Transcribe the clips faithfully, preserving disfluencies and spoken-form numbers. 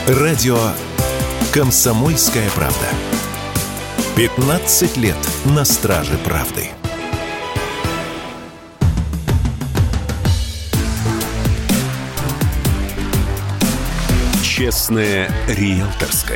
Радио «Комсомольская правда». пятнадцать лет на страже правды. Честное риэлторское.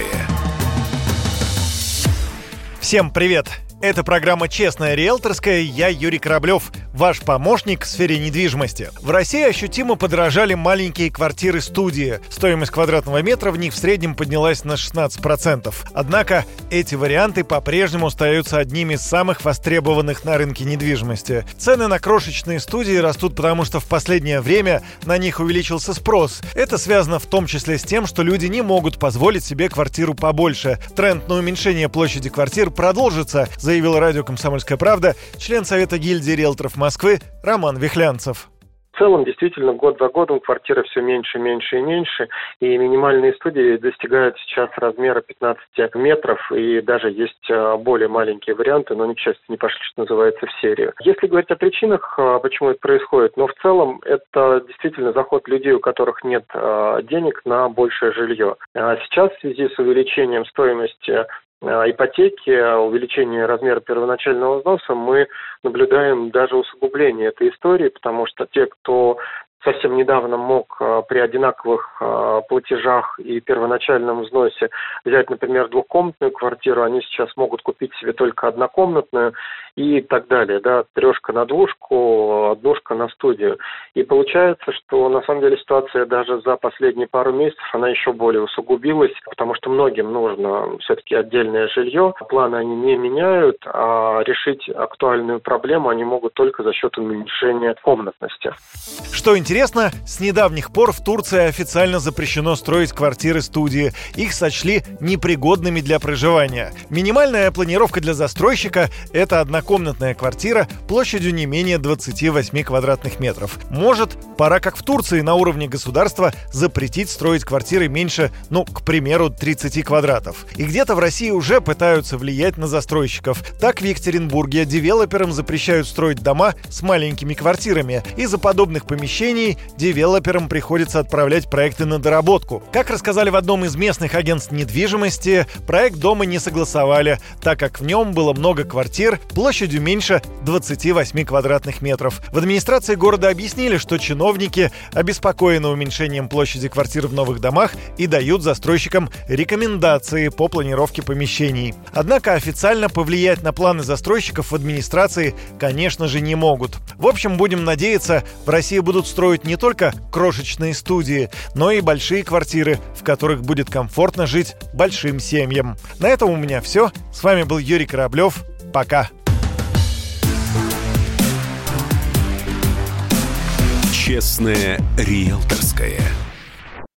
Всем привет! Это программа «Честная риэлторская». Я Юрий Кораблев, ваш помощник в сфере недвижимости. В России ощутимо подорожали маленькие квартиры-студии. Стоимость квадратного метра в них в среднем поднялась на шестнадцать процентов. Однако эти варианты по-прежнему остаются одними из самых востребованных на рынке недвижимости. Цены на крошечные студии растут, потому что в последнее время на них увеличился спрос. Это связано в том числе с тем, что люди не могут позволить себе квартиру побольше. Тренд на уменьшение площади квартир продолжится, заявил радио «Комсомольская правда» член Совета гильдии риэлторов Москвы Роман Вихлянцев. В целом, действительно, год за годом квартиры все меньше, меньше и меньше, и минимальные студии достигают сейчас размера пятнадцать метров, и даже есть более маленькие варианты, но они, к счастью, не пошли, что называется, в серию. Если говорить о причинах, почему это происходит, но в целом это действительно заход людей, у которых нет денег на большее жилье. Сейчас в связи с увеличением стоимости ипотеки, увеличение размера первоначального взноса, мы наблюдаем даже усугубление этой истории, потому что те, кто совсем недавно мог при одинаковых платежах и первоначальном взносе взять, например, двухкомнатную квартиру, они сейчас могут купить себе только однокомнатную и так далее, да, трешка на двушку, однушка на студию. И получается, что на самом деле ситуация даже за последние пару месяцев, она еще более усугубилась, потому что многим нужно все-таки отдельное жилье. Планы они не меняют, а решить актуальную проблему они могут только за счет уменьшения комнатности. Что интересно, с недавних пор в Турции официально запрещено строить квартиры-студии. Их сочли непригодными для проживания. Минимальная планировка для застройщика – это однокомнатная квартира площадью не менее двадцати восьми квадратных метров. Может, пора, как в Турции, на уровне государства запретить строить квартиры меньше, ну, к примеру, тридцати квадратов. И где-то в России уже пытаются влиять на застройщиков. Так в Екатеринбурге девелоперам запрещают строить дома с маленькими квартирами. Из-за подобных помещений девелоперам приходится отправлять проекты на доработку. Как рассказали в одном из местных агентств недвижимости, проект дома не согласовали, так как в нем было много квартир площадью меньше двадцати восьми квадратных метров. В администрации города объяснили, что чиновники обеспокоены уменьшением площади квартир в новых домах и дают застройщикам рекомендации по планировке помещений. Однако официально повлиять на планы застройщиков в администрации, конечно же, не могут. В общем, будем надеяться, в России будут строить не только крошечные студии, но и большие квартиры, в которых будет комфортно жить большим семьям. На этом у меня все. С вами был Юрий Кораблев. Пока. Честное риэлторское.